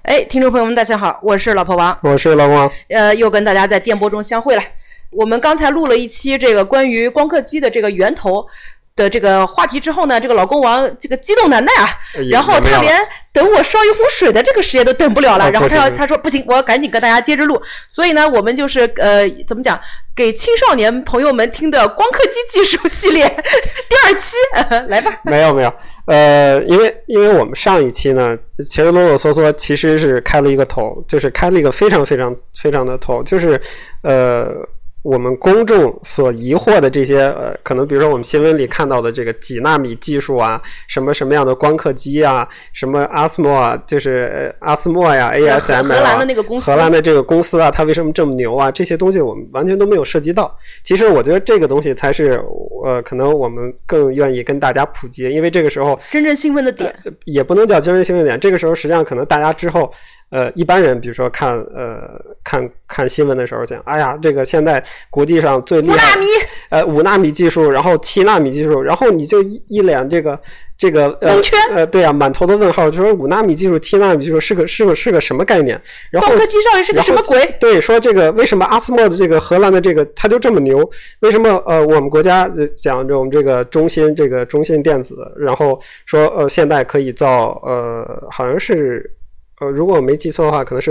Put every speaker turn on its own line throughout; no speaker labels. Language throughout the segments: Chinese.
哎，听众朋友们，大家好，我是老婆王，
我是老王。
又跟大家在电波中相会了。我们刚才录了一期这个关于光刻机的这个源头的这个话题之后呢，这个老公王这个激动难耐啊，然后他连等我烧一壶水的这个时间都等不了了，然后他说不行，我要赶紧跟大家接着录。所以呢，我们就是怎么讲，给青少年朋友们听的光刻机技术系列第2期，来吧。
没有，因为我们上一期呢，其实啰啰嗦嗦其实是开了一个头，就是开了一个非常的头，就是我们公众所疑惑的这些可能比如说我们新闻里看到的这个几纳米技术啊，什么样的光刻机啊，什么阿斯莫啊，就是阿斯莫呀 ASML
荷兰的那个公司，
荷兰的这个公司啊，它为什么这么牛啊，这些东西我们完全都没有涉及到。其实我觉得这个东西才是可能我们更愿意跟大家普及，因为这个时候
真正兴奋的点，
也不能叫真正兴奋点，这个时候实际上可能大家之后一般人比如说看新闻的时候讲，哎呀，这个现在国际上最厉害5纳米技术，然后7纳米技术，然后你就一脸这个蒙圈，对啊，满头的问号，就说5纳米技术、7纳米技术是个什么概念？然后
光刻机上面是个什么鬼？
对，说这个为什么阿斯莫的这个荷兰的这个它就这么牛？为什么我们国家讲着我们这个中芯电子，然后说现在可以造好像是。如果我没记错的话，可能是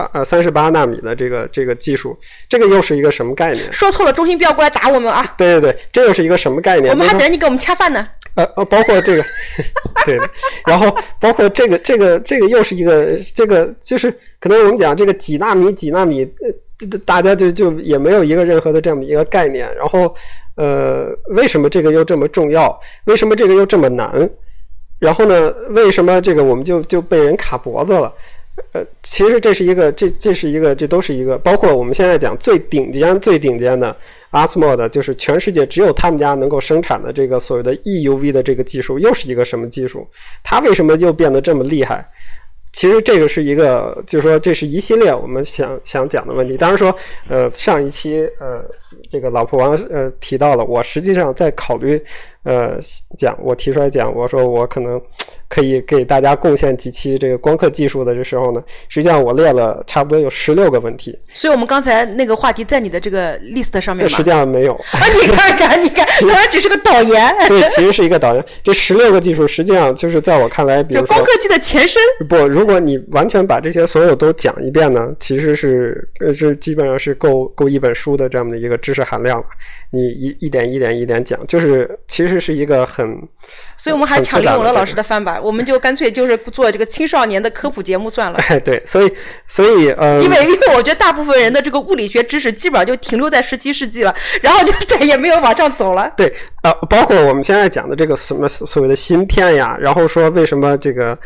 38纳米的这个技术，这个又是一个什么概念？
说错了，中芯不要过来打我们啊！
对，这又是一个什么概念？
我们还等你给我们恰饭呢。
包括这个，对的，然后包括这个又是一个这个就是可能我们讲这个几纳米，大家就也没有一个任何的这么一个概念。然后为什么这个又这么重要？为什么这个又这么难？然后呢？为什么这个我们就被人卡脖子了？其实这都是一个，包括我们现在讲最顶尖的 ASML 就是全世界只有他们家能够生产的这个所谓的 EUV 的这个技术，又是一个什么技术？它为什么又变得这么厉害？其实这个是一个，就是说这是一系列我们想讲的问题。当然说，上一期这个老婆王提到了，我实际上在考虑我提出来讲，我说我可能可以给大家贡献几期这个光刻技术的这时候呢，实际上我列了差不多有16个问题。
所以我们刚才那个话题在你的这个 list 上面吗？
实际上没有。
你看，刚才只是个导言。
对，其实是一个导言。这16个技术实际上就是在我看来，比如说
就光刻机的前身。
不，如果你完全把这些所有都讲一遍呢，其实是基本上是够一本书的这样的一个知识含量了。你一点讲，就是其实是一个
所以我们还抢李永乐老师的翻版，我们就干脆就是做这个青少年的科普节目算了。
对，所以
因为我觉得大部分人的这个物理学知识基本上就停留在17世纪了，然后就再也没有往上走了。
对，包括我们现在讲的这个什么所谓的芯片呀，然后说为什么这个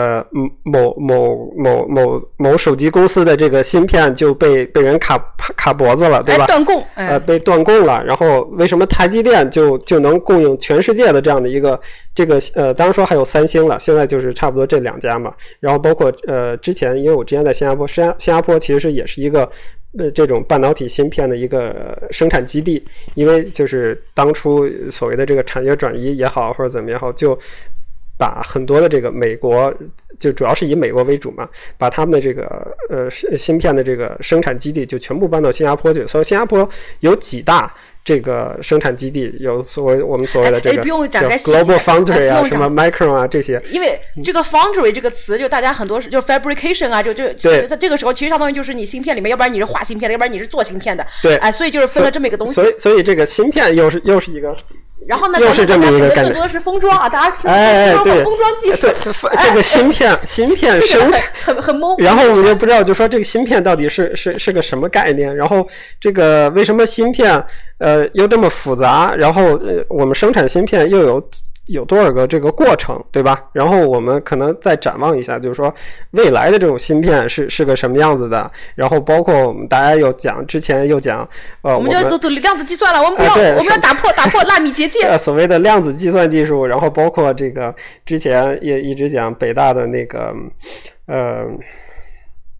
某手机公司的这个芯片就被人卡脖子了，对吧？
断供，
被断供了。然后为什么台积电就能供应全世界的这样的一个当然说还有三星了，现在就是差不多这2家嘛。然后包括之前，因为我之前在新加坡其实也是一个这种半导体芯片的一个生产基地，因为就是当初所谓的这个产业转移也好或者怎么也好，就把很多的这个美国，就主要是以美国为主嘛，把他们的这个芯片的这个生产基地就全部搬到新加坡去。所以新加坡有几大这个生产基地，有我们所谓的这个
不用展开
叫 Global Foundry 啊，什么 Micron 啊这些。
因为这个 Foundry 这个词，就大家很多就 fabrication 啊，就它这个时候其实相当于就是你芯片里面，要不然你是画芯片的，要不然你是做芯片的。
对，
所以就是分了这么一个东西。
所以这个芯片又是一个。
然后呢，
又是这么一个概念，
更多的是封装啊，大家听
对
封装技术，
对这个芯片生产
很懵。
然后我们就不知道，就说这个芯片到底是个什么概念？然后这个为什么芯片又这么复杂？然后我们生产芯片又有多少个这个过程，对吧？然后我们可能再展望一下，就是说未来的这种芯片是个什么样子的。然后包括我们大家之前又讲，
我们就走量子计算了，我们要打破纳米结界。
所谓的量子计算技术，然后包括这个之前也一直讲北大的那个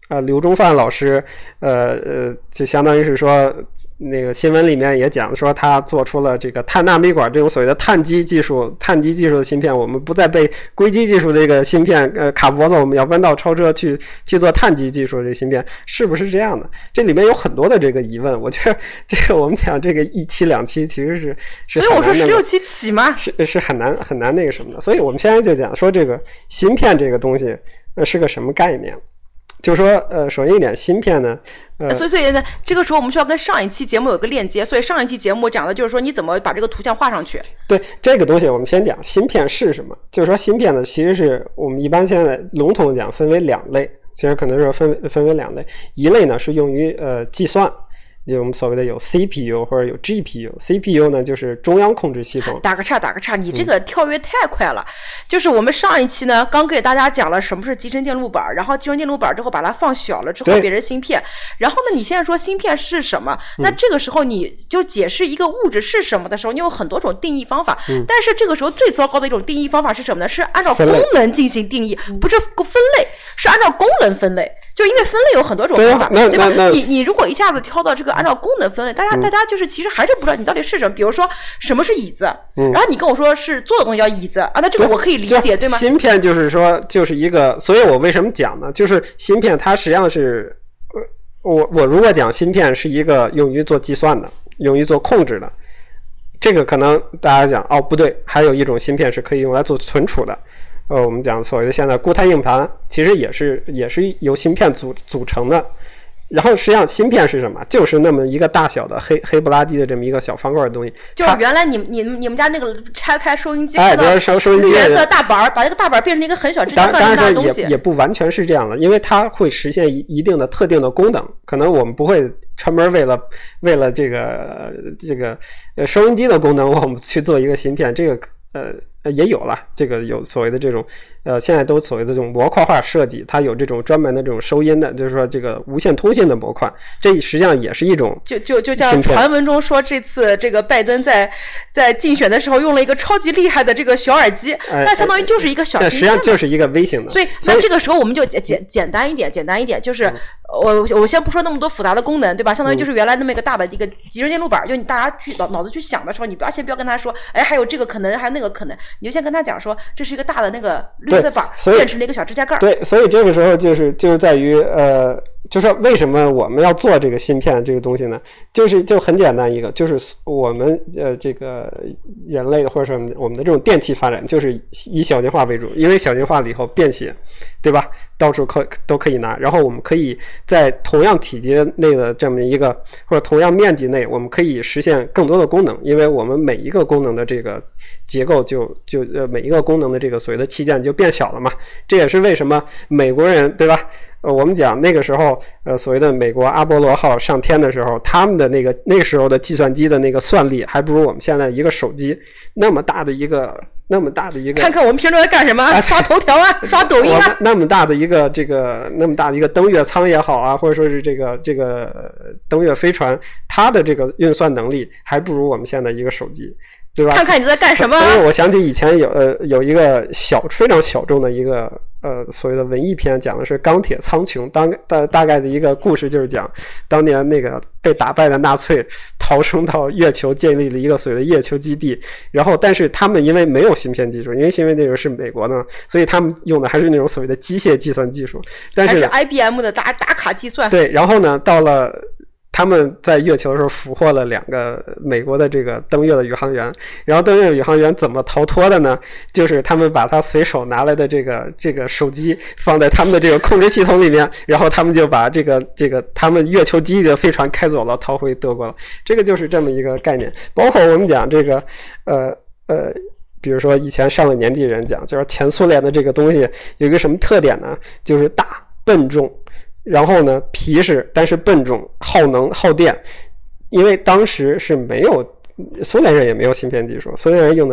刘忠范老师，就相当于是说，那个新闻里面也讲说，他做出了这个碳纳米管这种所谓的碳基技术的芯片，我们不再被硅基技术这个芯片卡脖子，我们要弯道超车去做碳基技术的这个芯片，是不是这样的？这里面有很多的这个疑问，我觉得这个我们讲这个1期2期其实是
所以我说16期起嘛，
是很难那个什么的。所以我们现在就讲说这个芯片这个东西是个什么概念。就是说，首先一点，芯片呢，
所以呢，这个时候我们需要跟上一期节目有个链接。所以上一期节目讲的就是说，你怎么把这个图像画上去。
对这个东西，我们先讲芯片是什么。就是说，芯片呢，其实是我们一般现在笼统讲分为2类，其实可能是分为2类。一类呢是用于计算。我们所谓的有 CPU 或者有 GPU，CPU 呢就是中央控制系统。
打个岔，你这个跳跃太快了。就是我们上一期呢，刚给大家讲了什么是集成电路板，然后集成电路板之后把它放小了之后变成芯片，然后呢，你现在说芯片是什么？那这个时候你就解释一个物质是什么的时候，你有很多种定义方法。但是这个时候最糟糕的一种定义方法是什么呢？是按照功能进行定义，不是分类，是按照功能分类。就因为分类有很多种方法，对吧？你如果一下子挑到这个按照功能分类，大家就是其实还是不知道你到底是什么。比如说什么是椅子，然后你跟我说是做的东西叫椅子啊，那这个我可以理解，对吗？
芯片就是说就是一个，所以我为什么讲呢？就是芯片它实际上是，我如果讲芯片是一个用于做计算的，用于做控制的，这个可能大家讲不对，还有一种芯片是可以用来做存储的。我们讲所谓的现在固态硬盘，其实也是由芯片组成的。然后实际上芯片是什么？就是那么一个大小的黑不拉几的这么一个小方块的东西。
就是原来你们家那个拆开收音机看到绿颜色大板，把这个大板变成一个很小指甲盖那么大的东西。
也不完全是这样的，因为它会实现一定的特定的功能。可能我们不会专门为了这个收音机的功能，我们去做一个芯片。这个也有了，这个有所谓的这种现在都所谓的这种模块化设计，它有这种专门的这种收音的，就是说这个无线通信的模块，这实际上也是一种
就像传闻中说这次这个拜登在竞选的时候用了一一个超级厉害的这个小耳机，那相当于就是一个小芯片，
实际上就是一个微型的。
所以那这个时候我们就简单一点，就是我先不说那么多复杂的功能，对吧？相当于就是原来那么一个大的一个集成电路板，就你大家去脑子去想的时候，你先不要跟他说，哎，还有这个可能，还有那个可能，你就先跟他讲说，这是一个大的那个绿色板变成了一个小指甲盖。
对，所以这个时候就是在于就是为什么我们要做这个芯片这个东西呢？就很简单一个，就是我们这个人类或者说我们的这种电气发展，就是以小型化为主，因为小型化了以后便携，对吧？到处都可以拿，然后我们可以在同样体积内的这么一个或者同样面积内，我们可以实现更多的功能，因为我们每一个功能的这个结构就每一个功能的这个所谓的器件就变小了嘛。这也是为什么美国人，对吧？我们讲那个时候所谓的美国阿波罗号上天的时候，他们的那个时候的计算机的那个算力还不如我们现在一个手机那么大的一个
看看我们平常在干什么，刷头条啊，刷抖音啊，
那么大的一个那么大的一个登月舱也好啊，或者说是这个登月飞船，它的这个运算能力还不如我们现在一个手机，对吧？
看看你在干什么。
所以我想起以前有一个非常小众的一个所谓的文艺片，讲的是钢铁苍穹，大概的一个故事，就是讲当年那个被打败的纳粹逃生到月球，建立了一个所谓的月球基地，然后但是他们因为没有芯片技术，因为芯片技术是美国的，所以他们用的还是那种所谓的机械计算技术，但是
还是 IBM 的打卡计算。
对，然后呢，到了他们在月球的时候俘获了2个美国的这个登月的宇航员，然后登月宇航员怎么逃脱的呢？就是他们把他随手拿来的这个手机放在他们的这个控制系统里面，然后他们就把这个他们月球基地的飞船开走了，逃回德国了。这个就是这么一个概念。包括我们讲这个比如说以前上了年纪人讲，就是前苏联的这个东西有一个什么特点呢？就是大笨重。然后呢，皮实，但是笨重，耗能耗电，因为当时是没有，苏联人也没有芯片技术，苏联人用的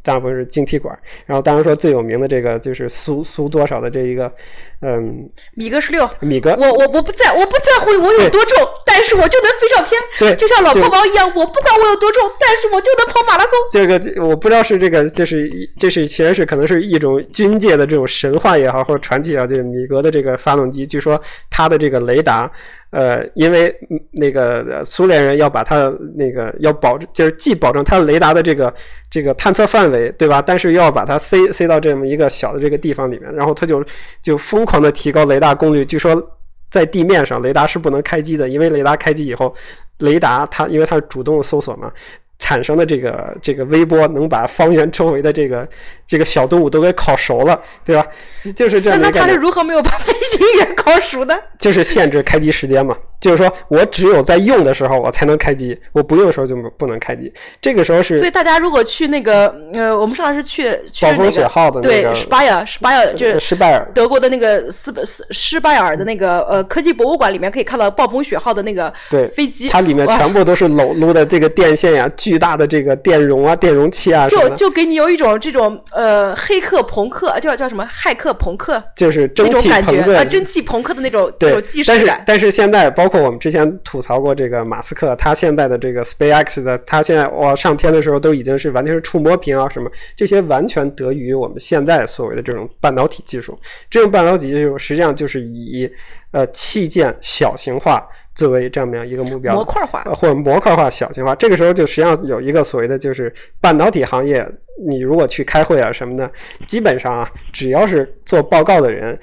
大部分是晶体管。然后当然说最有名的这个就是苏多少的这一个
米格16，
米格，
我不在乎我有多重，但是我就能飞上天。
对，
就像老国王一样，我不管我有多重，但是我就能跑马拉松。
这个我不知道是这个，这是其实是可能是一种军界的这种神话也好，或者传奇也好，就是米格的这个发动机，据说它的这个雷达。因为那个苏联人要把它那个要就是既保证它雷达的这个探测范围，对吧？但是又要把它塞到这么一个小的这个地方里面，然后它就疯狂的提高雷达功率。据说在地面上雷达是不能开机的，因为雷达开机以后，雷达因为它是主动搜索嘛。产生的这个微波能把方圆周围的这个小动物都给烤熟了，对吧？就是这样的。
那他是如何没有把飞行员烤熟的？
就是限制开机时间嘛，就是说我只有在用的时候我才能开机，我不用的时候就不能开机。这个时候是。
所以大家如果去那个我们上次是去
暴风雪号的那个
对施拜尔就是
施拜尔
德国的那个施拜尔的那个科技博物馆里面可以看到暴风雪号的那个飞机，
它里面全部都是裸露的这个电线呀。巨大的这个电容啊、电容器啊，
就给你有一种这种黑客朋克，叫什么骇客朋克，
就是蒸汽朋克
蒸汽朋克的那种既视感。
但是现在包括我们之前吐槽过这个马斯克，他现在的这个 SpaceX 的，他现在上天的时候都已经是完全是触摸屏啊什么，这些完全得益于我们现在所谓的这种半导体技术。这种半导体技术实际上就是以器件小型化作为这么样一个目标，
模块化
或者模块化小型化。这个时候就实际上有一个所谓的就是半导体行业，你如果去开会啊什么的，基本上啊只要是做报告的人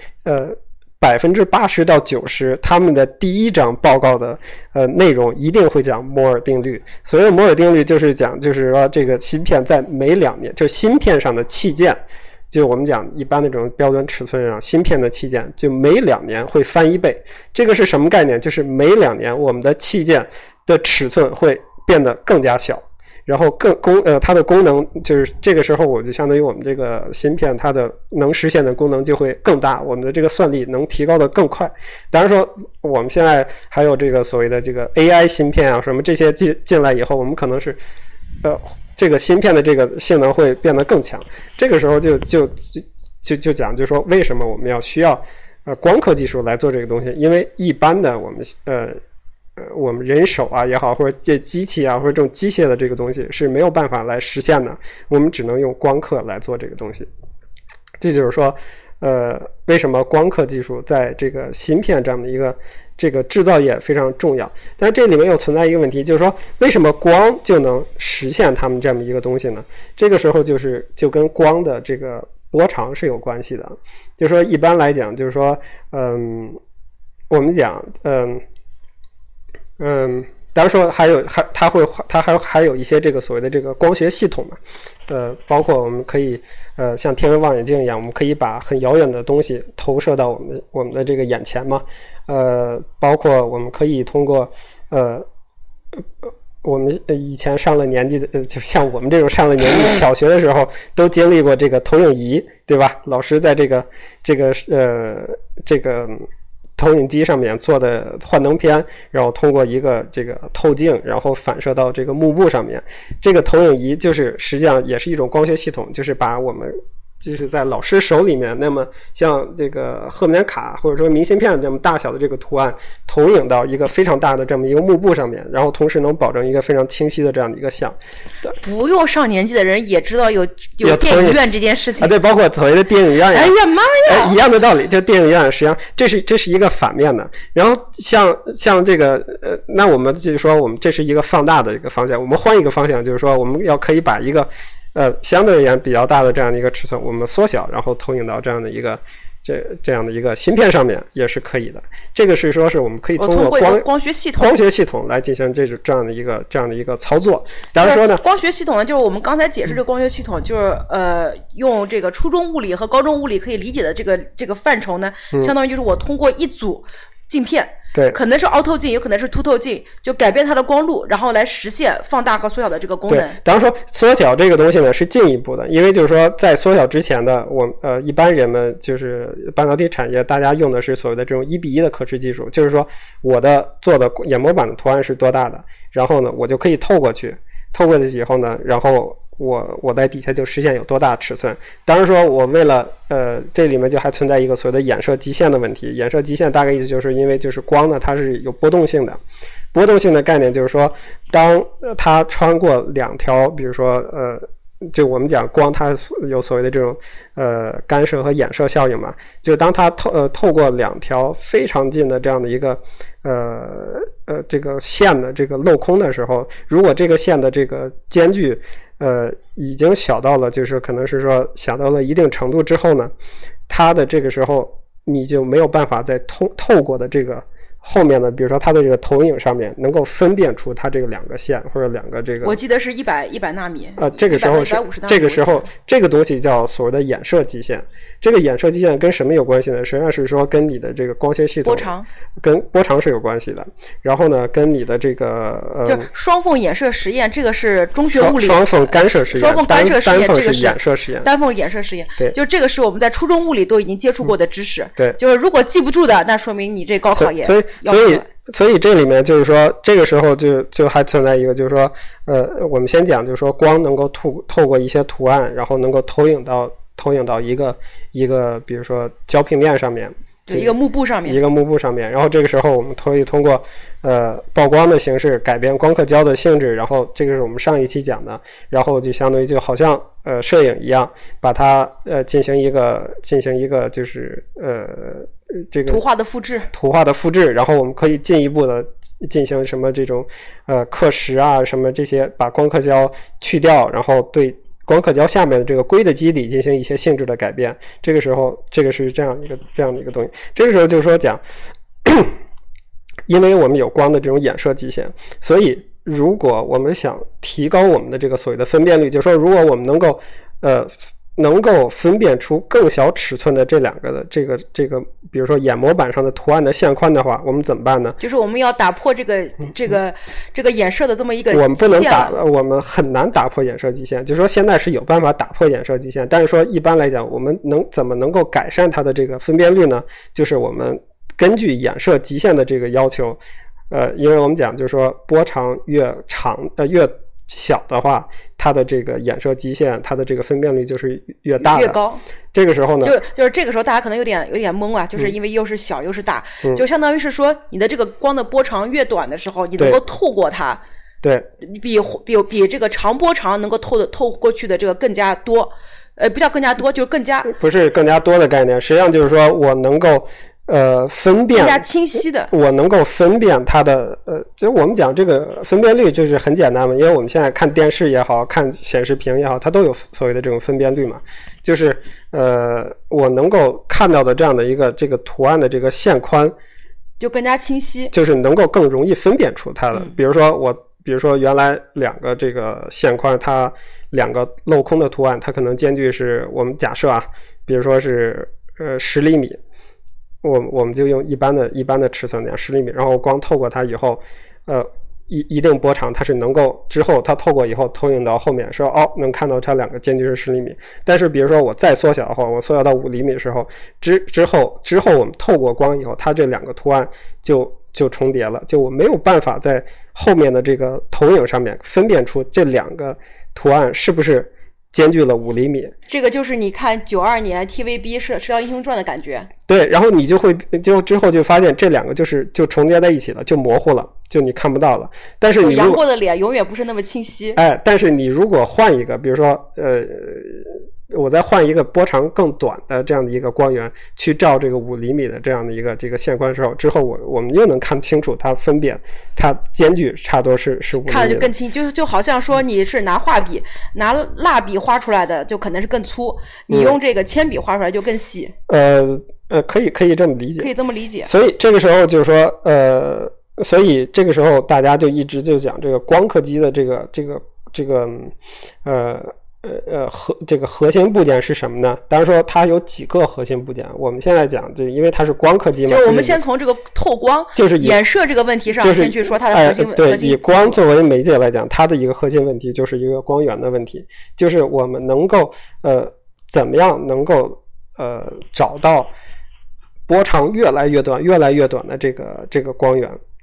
，80%到90%他们的第一章报告的内容一定会讲摩尔定律。所谓的摩尔定律就是讲就是说这个芯片在每2年，就芯片上的器件，就我们讲一般的这种标准尺寸上，芯片的器件就每2年会翻1倍。这个是什么概念？就是每2年我们的器件的尺寸会变得更加小，然后它的功能就是这个时候我就相当于我们这个芯片它的能实现的功能就会更大，我们的这个算力能提高的更快。当然说我们现在还有这个所谓的这个 AI 芯片啊什么这些进来以后，我们可能是这个芯片的这个性能会变得更强。这个时候就讲就是说为什么我们要需要光刻技术来做这个东西，因为一般的我们人手啊也好，或者这机器啊或者这种机械的这个东西是没有办法来实现的，我们只能用光刻来做这个东西。这就是说为什么光刻技术在这个芯片这样的一个这个制造业非常重要。但是这里面又存在一个问题，就是说为什么光就能实现他们这么一个东西呢？这个时候就跟光的这个波长是有关系的。就是说一般来讲就是说我们讲当然说还有一些这个所谓的这个光学系统嘛，包括我们可以像天文望远镜一样，我们可以把很遥远的东西投射到我们的这个眼前嘛，包括我们可以通过我们以前上了年纪就像我们这种上了年纪小学的时候都经历过这个投影仪，对吧？老师在这个投影机上面做的幻灯片，然后通过一个这个透镜，然后反射到这个幕布上面。这个投影仪就是实际上也是一种光学系统，就是把我们就是在老师手里面那么像这个贺年卡或者说明信片这么大小的这个图案投影到一个非常大的这么一个幕布上面，然后同时能保证一个非常清晰的这样的一个像。
不用上年纪的人也知道有电影院这件事情
啊，对，包括所谓的电影院，
哎呀妈呀，
一样的道理，就电影院实际上这是一个反面的。然后像这个那我们就是说我们这是一个放大的一个方向，我们换一个方向，就是说我们可以把一个相对而言比较大的这样的一个尺寸我们缩小，然后投影到这样的一个这样的一个芯片上面也是可以的。这个是说是我们可以通过
光学系统
来进行这样的一个操作。当然说呢，
光学系统呢，就是我们刚才解释这个光学系统，就是用这个初中物理和高中物理可以理解的这个范畴呢，相当于就是我通过一组镜片，
对，
可能是凹透镜，有可能是凸透镜，就改变它的光路，然后来实现放大和缩小的这个功能。
对，当然说缩小这个东西呢是进一步的，因为就是说在缩小之前的一般人们就是半导体产业，大家用的是所谓的这种1:1的可视技术，就是说我做的眼模板的图案是多大的，然后呢我就可以透过去以后呢，然后我在底下就实现有多大尺寸。当然说我为了这里面就还存在一个所谓的衍射基线的问题。衍射基线大概意思就是因为就是光呢它是有波动性的，波动性的概念就是说当它穿过两条比如说就我们讲光它有所谓的这种干涉和衍射效应嘛，就当它透过两条非常近的这样的一个这个线的这个镂空的时候，如果这个线的这个间距已经小到了就是可能是说小到了一定程度之后呢，它的这个时候你就没有办法在透过的这个后面呢，比如说它的这个投影上面能够分辨出它这个两个线或者两个这个，
我记得是100纳米
这个时候是这个时候这个东西叫所谓的衍射基线。这个衍射基线跟什么有关系呢？实际上是说跟你的这个光学系统
波长
跟波长是有关系的。然后呢跟你的这个
就双缝衍射实验，这个是中学物理
双缝干涉实验，
双缝干涉实验这个是
衍射实验，
单缝衍射实验。
对，
就这个是我们在初中物理都已经接触过的知识。
对，
就是如果记不住的，那说明你这高考也
所以这里面就是说这个时候就还存在一个就是说我们先讲就是说光能够透过一些图案然后能够投影到一个比如说胶平面上面，
对，一个幕布上面，
然后这个时候我们可以通过曝光的形式改变光刻胶的性质，然后这个是我们上一期讲的，然后就相当于就好像摄影一样，把它进行一个就是这个
图画的复制，
然后我们可以进一步的进行什么这种刻蚀啊什么这些，把光刻胶去掉，然后对光刻胶下面的这个硅的基底进行一些性质的改变。这个时候这个是这样的一个东西。这个时候就是说讲因为我们有光的这种衍射基线，所以如果我们想提高我们的这个所谓的分辨率，就是说如果我们能够分辨出更小尺寸的这两个的这个比如说眼模板上的图案的线宽的话，我们怎么办呢？
就是我们要打破这个衍射的这么一个
我们不能我们很难打破衍射基线，就是说现在是有办法打破衍射基线，但是说一般来讲我们怎么能够改善它的这个分辨率呢？就是我们根据衍射基线的这个要求因为我们讲就是说波长越长越小的话，它的这个衍射基线它的这个分辨率就是越大的
越高。
这个时候呢
就是这个时候大家可能有点懵啊，就是因为又是小又是大就相当于是说你的这个光的波长越短的时候，你能够透过它，
对，
比这个长波长能够透过去的这个更加多，不叫更加多，就是更加
不是更加多的概念，实际上就是说我能够分辨
更加清晰的，
我能够分辨它的就我们讲这个分辨率就是很简单嘛，因为我们现在看电视也好，看显示屏也好，它都有所谓的这种分辨率嘛，就是我能够看到的这样的一个这个图案的这个线宽
就更加清晰，
就是能够更容易分辨出它的。比如说原来两个这个线宽，它两个镂空的图案，它可能间距是我们假设啊，比如说是10厘米。我们就用一般的尺寸讲10厘米，然后光透过它以后一定波长它是能够之后它透过以后投影到后面说能看到它两个间距是10厘米。但是比如说我再缩小的话，我缩小到5厘米的时候之后我们透过光以后，它这两个图案就重叠了，就我没有办法在后面的这个投影上面分辨出这两个图案是不是间距了5厘米。
这个就是你看92年 TVB 射雕英雄传的感觉。
对，然后你之后就发现这两个就重叠在一起了，就模糊了，就你看不到了。但是你杨过
的脸永远不是那么清晰。
但是你如果换一个，比如说我再换一个波长更短的这样的一个光源去照这个5厘米的这样的一个这个线宽之后我们又能看清楚它分辨它间距差不多是5厘米，
看得就更清，就好像说你是拿画笔拿蜡笔画出来的就可能是更粗，你用这个铅笔画出来就更细。
可以这么理解，
可以这么理解。
所以这个时候就是说所以这个时候大家就一直就讲这个光刻机的这个这个核心部件是什么呢？当然说它有几个核心部件，我们现在讲就因为它是光刻机嘛，
就是我们先从这个透光
就是
衍射这个问题上先去说它的核心问题。
对，以光作为媒介来讲，它的一个核心问题就是一个光源的问题，就是我们能够怎么样能够找到波长越来越短的这个光源。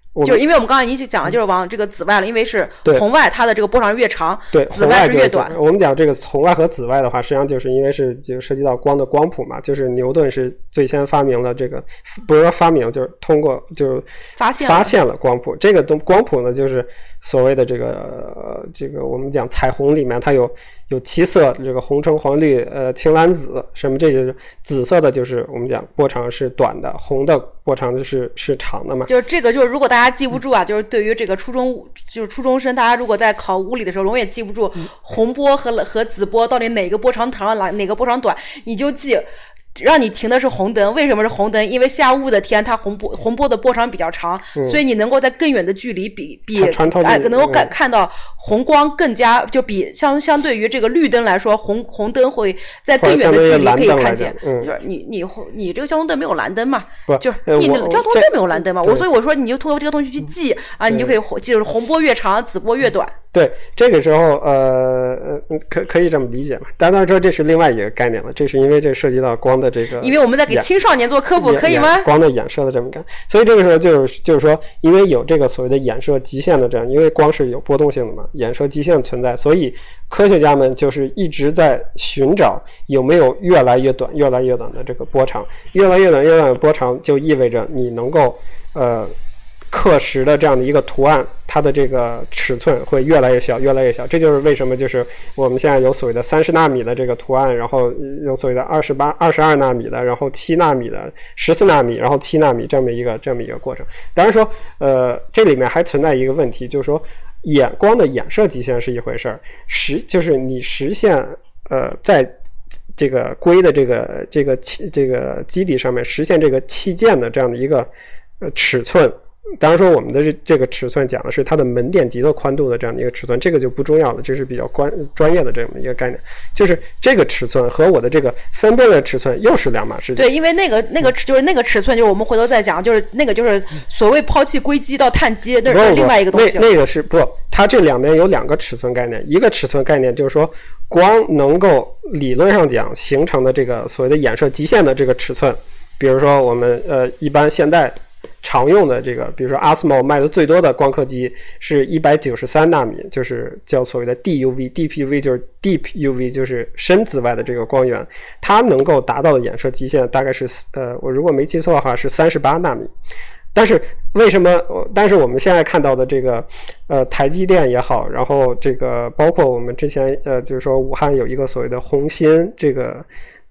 就是因为我们刚才已经讲了，就是往这个紫外了，因为是红外它的这个波长越长，
对，
紫外是越短。
我们讲这个红外和紫外的话，实际上就是因为就涉及到光的光谱嘛，就是牛顿是最先发明了这个，不是说发明，就是通过就是发现了光谱。这个光谱呢，就是所谓的这个我们讲彩虹里面它有7色，这个红橙黄绿青蓝紫什么，这些紫色的就是我们讲波长是短的，红的波长是长的嘛。
就是这个，就是如果大家记不住啊，就是对于这个初中生，大家如果在考物理的时候容易记不住红波和紫波到底哪个波长长哪个波长短，你就记让你停的是红灯。为什么是红灯？因为下雾的天它红波的波长比较长，所以你能够在更远的距离比能够看到红光更加就比相对于这个绿灯来说，红灯会在更远的距离可以看见。就是你这个交通灯没有蓝灯嘛，就是你交通灯没有蓝灯嘛，所以我说你就通过这个东西去记啊，你就可以就是红波越长，紫波越短。
对，这个时候可以这么理解嘛？当然说这是另外一个概念了，这是因为这涉及到光的这个，
因为我们在给青少年做科普，可以吗？
光的衍射的这么干，所以这个时候就是说，因为有这个所谓的衍射极限的这样，因为光是有波动性的嘛，衍射极限存在，所以科学家们就是一直在寻找有没有越来越短的这个波长，越来越短的波长就意味着你能够刻实的这样的一个图案，它的这个尺寸会越来越小。这就是为什么就是我们现在有所谓的30纳米的这个图案，然后有所谓的22纳米的，然后7纳米的14纳米，然后7纳米这么一个过程。当然说这里面还存在一个问题，就是说光的衍射极限是一回事儿，就是你实现在这个硅的这个基底上面实现这个器件的这样的一个尺寸。当然说我们的这个尺寸讲的是它的门电极的宽度的这样的一个尺寸，这个就不重要了，这是比较专业的这么一个概念，就是这个尺寸和我的这个分辨的尺寸又是两码事情。
对，因为那个就是那个尺寸，就是我们回头再讲，就是那个就是所谓抛弃硅基到碳基，那是另外一个东西。
那个是不，它这两边有2个尺寸概念，一个尺寸概念就是说光能够理论上讲形成的这个所谓的衍射极限的这个尺寸，比如说我们一般现在常用的这个，比如说 ASML 卖的最多的光刻机是193纳米，就是叫所谓的 DUV，DPUV 就是 Deep UV， 就是深紫外的这个光源，它能够达到的衍射极限大概是我如果没记错的话是38纳米。但是我们现在看到的这个台积电也好，然后这个包括我们之前就是说武汉有一个所谓的鸿芯这个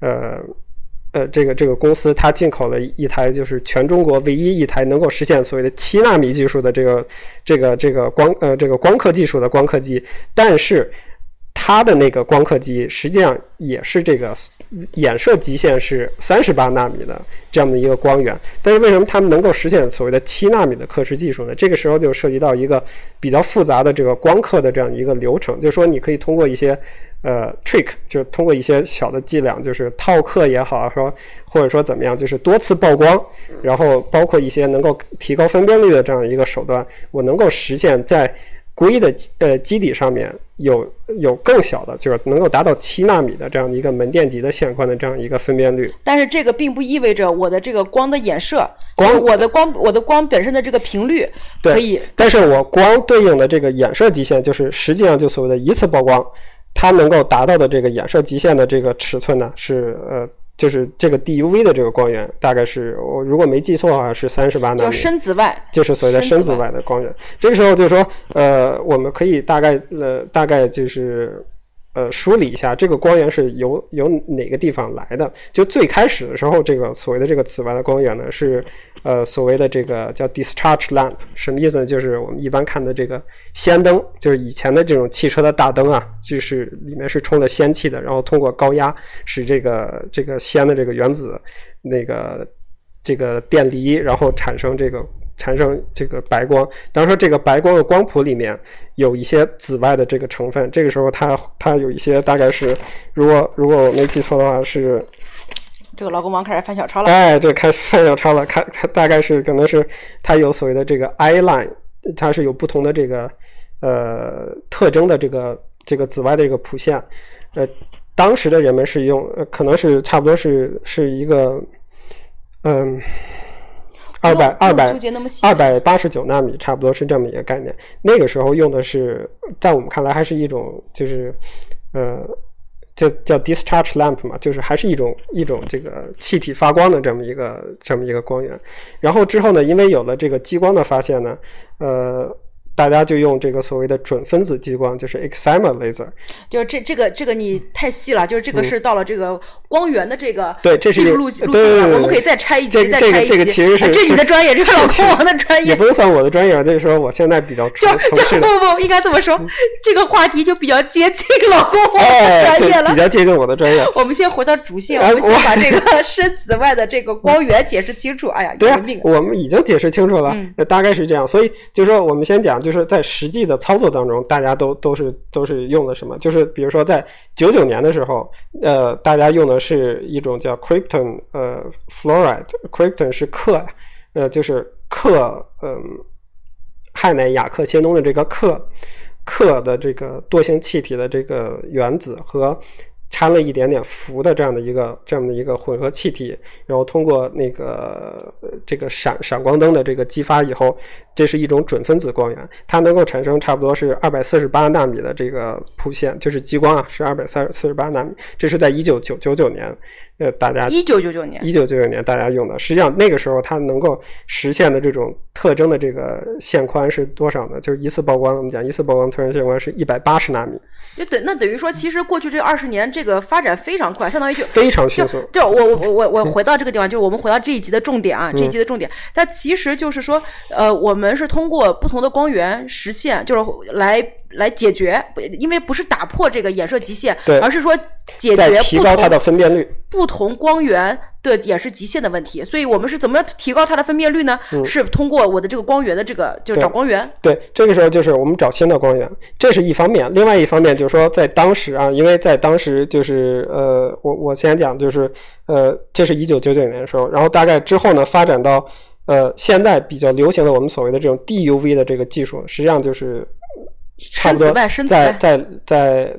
这个公司，它进口了一台就是全中国唯一一台能够实现所谓的7纳米技术的这个光刻技术的光刻机，但是它的那个光刻机实际上也是这个衍射极限是38纳米的这样的一个光源，但是为什么他们能够实现所谓的7纳米的刻蚀技术呢？这个时候就涉及到一个比较复杂的这个光刻的这样一个流程，就是说你可以通过一些trick， 就是通过一些小的伎俩，就是套刻也好，说或者说怎么样，就是多次曝光，然后包括一些能够提高分辨率的这样一个手段，我能够实现在硅的基底上面有更小的，就是能够达到7纳米的这样的一个门电极的线宽的这样一个分辨率。
但是这个并不意味着我的这个光的衍射，我的光本身的这个频率可以。
对，但是我光对应的这个衍射极限，就是实际上就所谓的一次曝光，它能够达到的这个衍射极限的这个尺寸呢，是就是这个 DUV 的这个光源，大概是我如果没记错的话是38纳米，
就是深紫外，
就是所谓的深紫外的光源。这个时候就是说，我们可以大概就是梳理一下这个光源是由哪个地方来的。就最开始的时候，这个所谓的这个紫外的光源呢，是所谓的这个叫 discharge lamp， 什么意思呢？就是我们一般看的这个氙灯，就是以前的这种汽车的大灯啊，就是里面是充了氙气的，然后通过高压使这个氙的这个原子这个电离，然后产生这个白光。当然说这个白光的光谱里面有一些紫外的这个成分，这个时候它有一些大概是，如果我没记错的话是。
这个老公王开始翻小抄了。
哎，对，开始翻小抄了，看大概是可能是它有所谓的这个 I line， 它是有不同的这个特征的这个紫外的这个谱线。当时的人们是用可能是差不多是一个 289纳米，差不多是这么一个概念。那个时候用的是，在我们看来还是一种就是叫 discharge lamp 嘛，就是还是一种这个气体发光的这么一个光源。然后之后呢，因为有了这个激光的发现呢，大家就用这个所谓的准分子激光，就是 excimer laser。
就是这个你太细了，就是这个是到了这个光源的这个技术路径了。
对，
我们可以再拆一集，再拆一集。
这个其实是
这是你的专业，这是老公王的专业。
也不是算我的专业，就是说我现在比较从事的。
不应该这么说，这个话题就比较接近老公王的专业了，
比较接近我的专业。
我们先回到主线，我们先把这个深紫外的这个光源解释清楚。哎呀，
对啊，我们已经解释清楚了，大概是这样。所以就是说，我们先讲。就是在实际的操作当中，大家都是用的什么？就是比如说在99年的时候，大家用的是一种叫 krypton fluoride，krypton 是氪，就是氪，氦氖氩氪氙氡的这个氪的这个惰性气体的这个原子和掺了一点点氟的这么一个混合气体，然后通过那个这个闪光灯的这个激发以后，这是一种准分子光源，它能够产生差不多是248纳米的这个谱线，就是激光啊，是248纳米。这是在1999年，大家1999年大家用的。实际上那个时候它能够实现的这种特征的这个线宽是多少呢？就是一次曝光，我们讲一次曝光特征线宽是180纳米。
那等于说，其实过去这20年这个发展非常快，相当于就
非常迅速。
就我回到这个地方，就是我们回到这一集的重点啊，这一集的重点，它其实就是说，我们是通过不同的光源实现，就是来解决，因为不是打破这个衍射极限，而是说解决
提高它的分辨率，
不同光源的衍射极限的问题。所以我们是怎么提高它的分辨率呢？是通过我的这个光源的这个，就是找光源。
对，这个时候就是我们找新的光源，这是一方面。另外一方面就是说，在当时啊，因为在当时就是我先讲就是这是1999年的时候，然后大概之后呢发展到现在比较流行的我们所谓的这种 DUV 的这个技术，实际上就是差不多在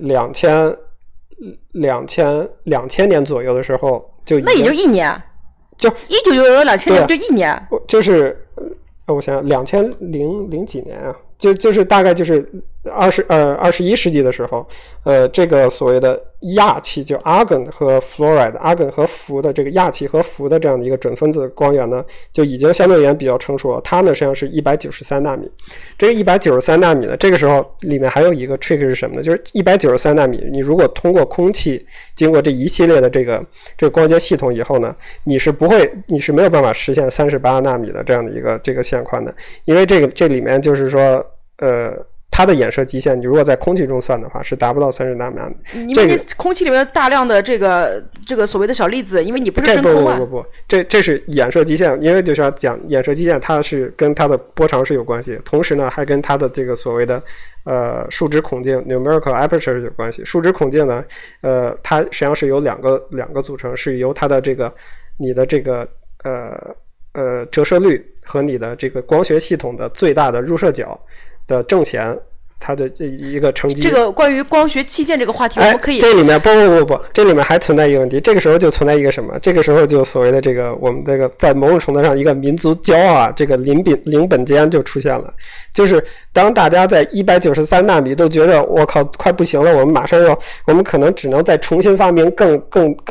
2000年左右的时候就已经，
那也就一年，
就
1999到2000年就一年，
就是我想想2000几年啊，就是大概就是21世纪的时候，这个所谓的氩气就 argon 和 fluoride，argon 和氟的这个氩气和氟的这样的一个准分子光源呢，就已经相对而言比较成熟了。它呢实际上是193纳米。这个193纳米呢，这个时候里面还有一个 trick 是什么呢？就是193纳米，你如果通过空气经过这一系列的这个光学系统以后呢，你是没有办法实现38纳米的这样的一个这个线宽的，因为这里面就是说它的衍射极限，你如果在空气中算的话，是达不到30纳米的。
因为你空气里面大量的这个所谓的小粒子，因为你不是真空啊。
不，这是衍射极限，因为就是要讲衍射极限，它是跟它的波长是有关系，同时呢还跟它的这个所谓的数值孔径 numerical aperture 有关系。数值孔径呢，它实际上是由两个组成，是由它的这个你的这个折射率和你的这个光学系统的最大的入射角的正弦，它的这一个乘积。
这个关于光学器件这个话题，我们可以
这里面不，这里面还存在一个问题。这个时候就存在一个什么？这个时候就所谓的这个我们这个在某种程度上一个民族骄傲啊，这个邻本间就出现了。就是当大家在193纳米都觉得我靠快不行了，我们可能只能再重新发明更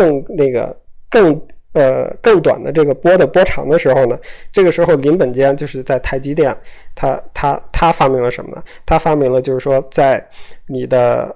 短的这个波的波长的时候呢，这个时候邻本间就是在台积电，他发明了什么呢？他发明了就是说，在你的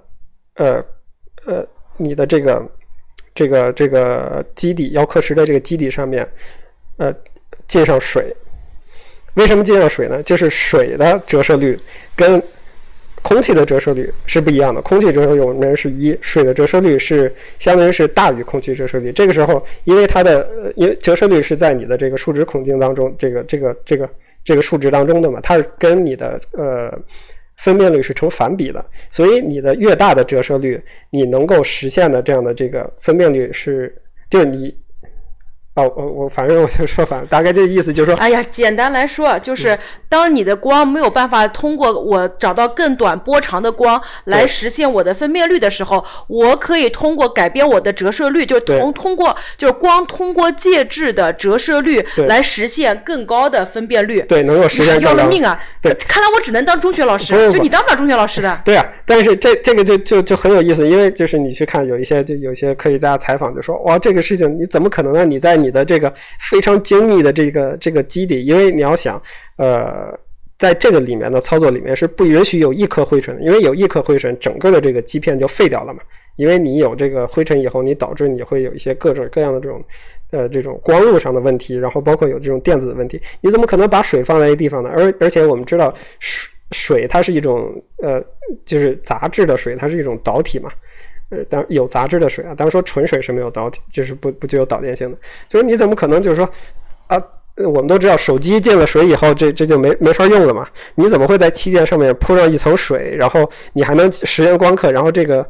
这个基底要刻蚀的这个基底上面，浸上水。为什么浸上水呢？就是水的折射率跟空气的折射率是不一样的，空气折射率我们是1，水的折射率是相当于是大于空气折射率。这个时候，因为折射率是在你的这个数值孔径当中，这个数值当中的嘛，它是跟你的分辨率是成反比的，所以你的越大的折射率，你能够实现的这样的这个分辨率是，就是我反正我就说反，大概这意思就是说，
哎呀，简单来说就是当你的光没有办法通过我找到更短波长的光来实现我的分辨率的时候，我可以通过改变我的折射率，就通过就是光通过介质的折射率来实现更高的分辨率。
对，能够实现更高。
要了命啊！
对，
看来我只能当中学老师，就你当不了中学老师的。
对啊，但是这个就很有意思，因为就是你去看有一些科学家采访就说，哇，这个事情你怎么可能呢？你在你的这个非常精密的这个基底，因为你要想在这个里面的操作里面是不允许有一颗灰尘的，因为有一颗灰尘整个的这个基片就废掉了嘛。因为你有这个灰尘以后，你导致你会有一些各种各样的这种光路上的问题，然后包括有这种电子的问题，你怎么可能把水放在一个地方呢？而且我们知道水它是一种就是杂质的水，它是一种导体嘛。当然有杂质的水啊，当然说纯水是没有导体，就是不具有导电性的。就是你怎么可能就是说啊？我们都知道手机进了水以后这就没法用了嘛，你怎么会在器件上面铺上一层水，然后你还能实现光刻，然后这个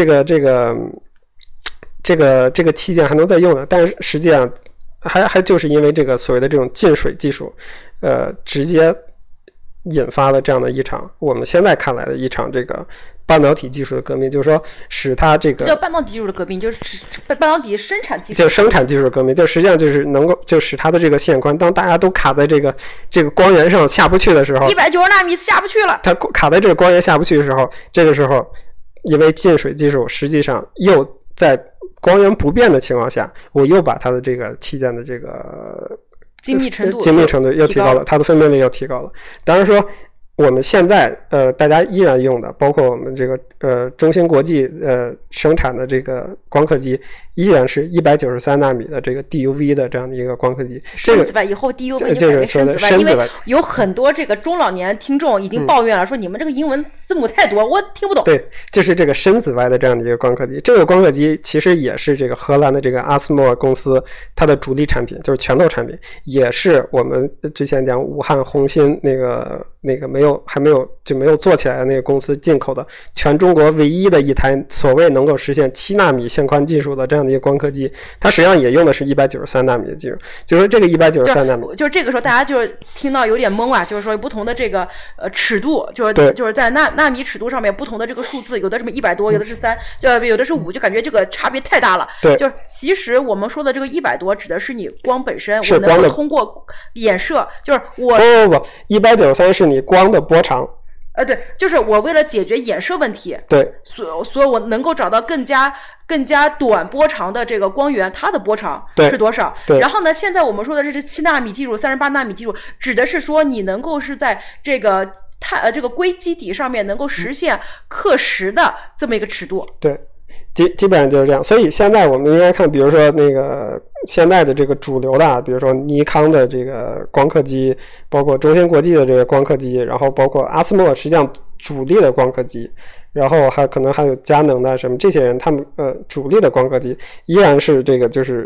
器件还能再用呢？但是实际上还就是因为这个所谓的这种进水技术直接引发了这样的一场我们现在看来的一场这个半导体技术的革命，就是说使它这个
叫半导体技术的革命，就是半导体生产技术，
就生产技术的革命，就实际上就是能够就使它的这个线宽，当大家都卡在这个光源上下不去的时候
，190纳米下不去了，
它卡在这个光源下不去的时候，这个时候因为进水技术实际上又在光源不变的情况下，我又把它的这个器件的这个
精密程度
又提高了，它的分辨率又提高了。当然说我们现在大家依然用的，包括我们这个中芯国际生产的这个光刻机，依然是193纳米的这个 DUV 的这样的一个光刻机。
深紫外以后 DUV 就改为深紫外，因为有很多这个中老年听众已经抱怨了，说你们这个英文字母太多，我听不懂。
对，就是这个深紫外的这样的一个光刻机。这个光刻机其实也是这个荷兰的这个阿斯莫公司它的主力产品，就是拳头产品，也是我们之前讲武汉红芯那个还没有做起来的那个公司进口的全中国唯一的一台所谓能够实现7纳米线宽技术的这样的一个光刻机，它实际上也用的是193纳米的技术。就是这个193纳米，
就是这个时候大家就是听到有点懵啊，就是说不同的这个尺度，就是在纳米尺度上面不同的这个数字，有的什么100多，有的是3，就有的是5，就感觉这个差别太大了。
对，
就是其实我们说的这个100多指的是你光本身，
是
我能够通过衍射，就是我
不193是你光的波长。
对，就是我为了解决衍射问题，
对，
所以我能够找到更加短波长的这个光源，它的波长是多少？
对。
然后呢，现在我们说的这是7纳米技术、38纳米技术，指的是说你能够是在这个硅基底上面能够实现刻蚀的这么一个尺度。
对。基本上就是这样，所以现在我们应该看，比如说那个现在的这个主流的，比如说尼康的这个光刻机，包括中芯国际的这个光刻机，然后包括阿斯莫实际上主力的光刻机，然后可能还有佳能的什么这些人，他们主力的光刻机依然是这个就是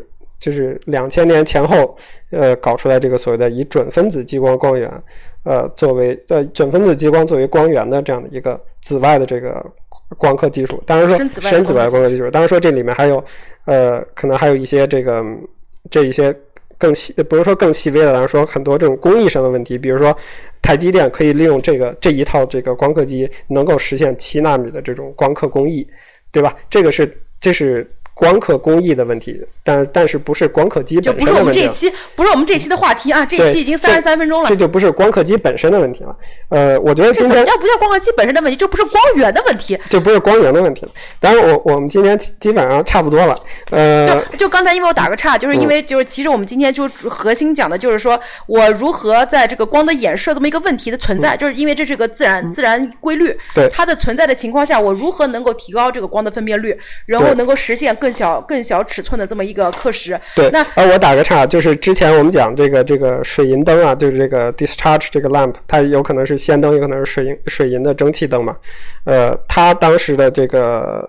2000年前后搞出来这个所谓的以准分子激光光源作为准分子激光作为光源的这样的一个紫外的这个光刻技术。当然说深紫外光刻技术，当然说这里面还有可能还有一些这一些更细，不是说更细微的，当然说很多这种工艺上的问题，比如说台积电可以利用这一套这个光刻机能够实现7纳米的这种光刻工艺，对吧？这是光刻工艺的问题，但是不是光刻机本身的问题，
就不是我们这期的话题啊！这一期已经33分钟了，
这就不是光刻机本身的问题了。我觉得今天
不叫光刻机本身的问题，这不是光源的问题，
就不是光源的问题了。当然，我们今天基本上差不多了。
就刚才因为我打个岔，就是因为其实我们今天就核心讲的就是说我如何在这个光的衍射这么一个问题的存在，就是因为这是个自然规律，
对
它的存在的情况下，我如何能够提高这个光的分辨率，然后能够实现更小尺寸的这么一个刻蚀。
对，那我打个岔，就是之前我们讲这个水银灯啊，就是这个 discharge 这个 lamp， 它有可能是氙灯，有可能是水银的蒸汽灯嘛。它当时的这个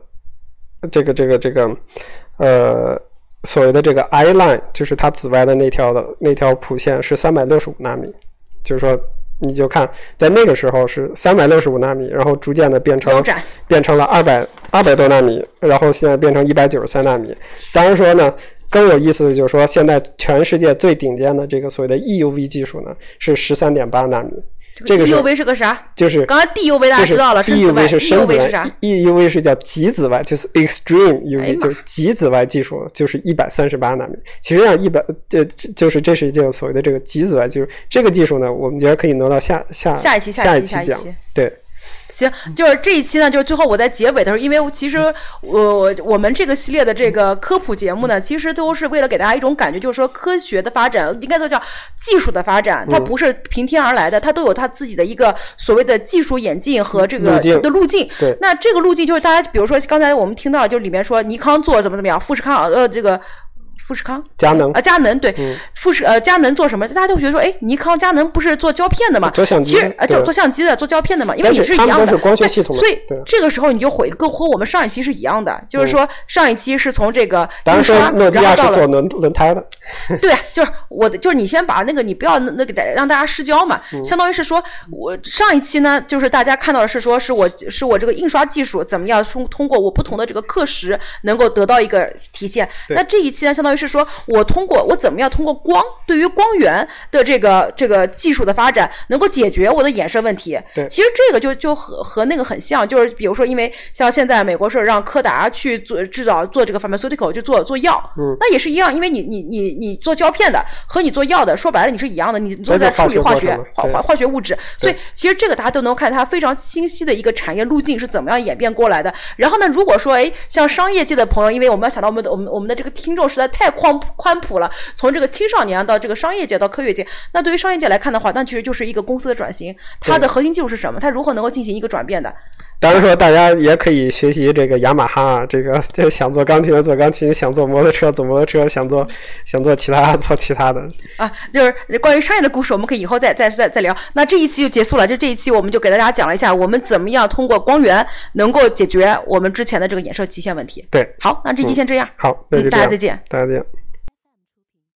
所谓的这个 I line， 就是它紫外的那条谱线是365纳米，就是说你就看在那个时候是365纳米，然后逐渐的变成了200多纳米，然后现在变成193纳米。当然说呢更有意思的就是说，现在全世界最顶尖的这个所谓的 EUV 技术呢，是13.8纳米。这个
EUV 是个啥？
就是
刚才 DUV 大家知道了，深紫外
DUV 是深紫外，
是啥
？EUV 是叫极紫外，就是 Extreme UV，就是极紫外技术，就是138纳米。其实上这是这个所谓的这个极紫外技术，这个技术呢，我们觉得可以挪到下一期讲。对。
行，就是这一期呢，就是最后我在结尾的时候，因为其实我们这个系列的这个科普节目呢，其实都是为了给大家一种感觉，就是说科学的发展，应该说叫技术的发展，它不是平天而来的，它都有它自己的一个所谓的技术演进和这个的路径。
对，
那这个路径就是大家，比如说刚才我们听到，就里面说尼康做怎么样，富士康富士康、
佳能
佳能对，佳能做什么？大家都觉得说，哎，尼康、佳能不是做胶片的吗？
做相机，
其实做相机的、做胶片的嘛，因为也是一样的。
他们都是光学系统的，
所以这个时候你就和我们上一期是一样的，就是说上一期是从这个印刷，
诺基亚是做轮胎的。
对，就是你先把那个你不要那个让大家失焦嘛，相当于是说我上一期呢，就是大家看到的是说是我这个印刷技术怎么样通过我不同的这个课时能够得到一个体现。那这一期呢，相当于是说我怎么样通过光对于光源的这个技术的发展能够解决我的衍射问题。
对，
其实这个就和那个很像，就是比如说因为像现在美国是让柯达去做这个 pharmaceutical 就做药，那也是一样，因为你做胶片的和你做药的说白了你是一样的，你都在处理化学物质，所以其实这个大家都能看它非常清晰的一个产业路径是怎么样演变过来的。然后呢，如果说像商业界的朋友，因为我们要想到我们的这个听众实在太宽谱了，从这个青少年到这个商业界到科学界，那对于商业界来看的话，那其实就是一个公司的转型，它的核心技术是什么？它如何能够进行一个转变的？
当然说，大家也可以学习这个雅马哈，这个想做钢琴的做钢琴，想做摩托车做摩托车，想做其他做其他的
啊。就是关于商业的故事，我们可以以后再聊。那这一期就结束了，就这一期我们就给大家讲了一下，我们怎么样通过光源能够解决我们之前的这个衍射极限问题。
对，
好，那这期先这样。
好，那就这样，
大家再见。
大家再见。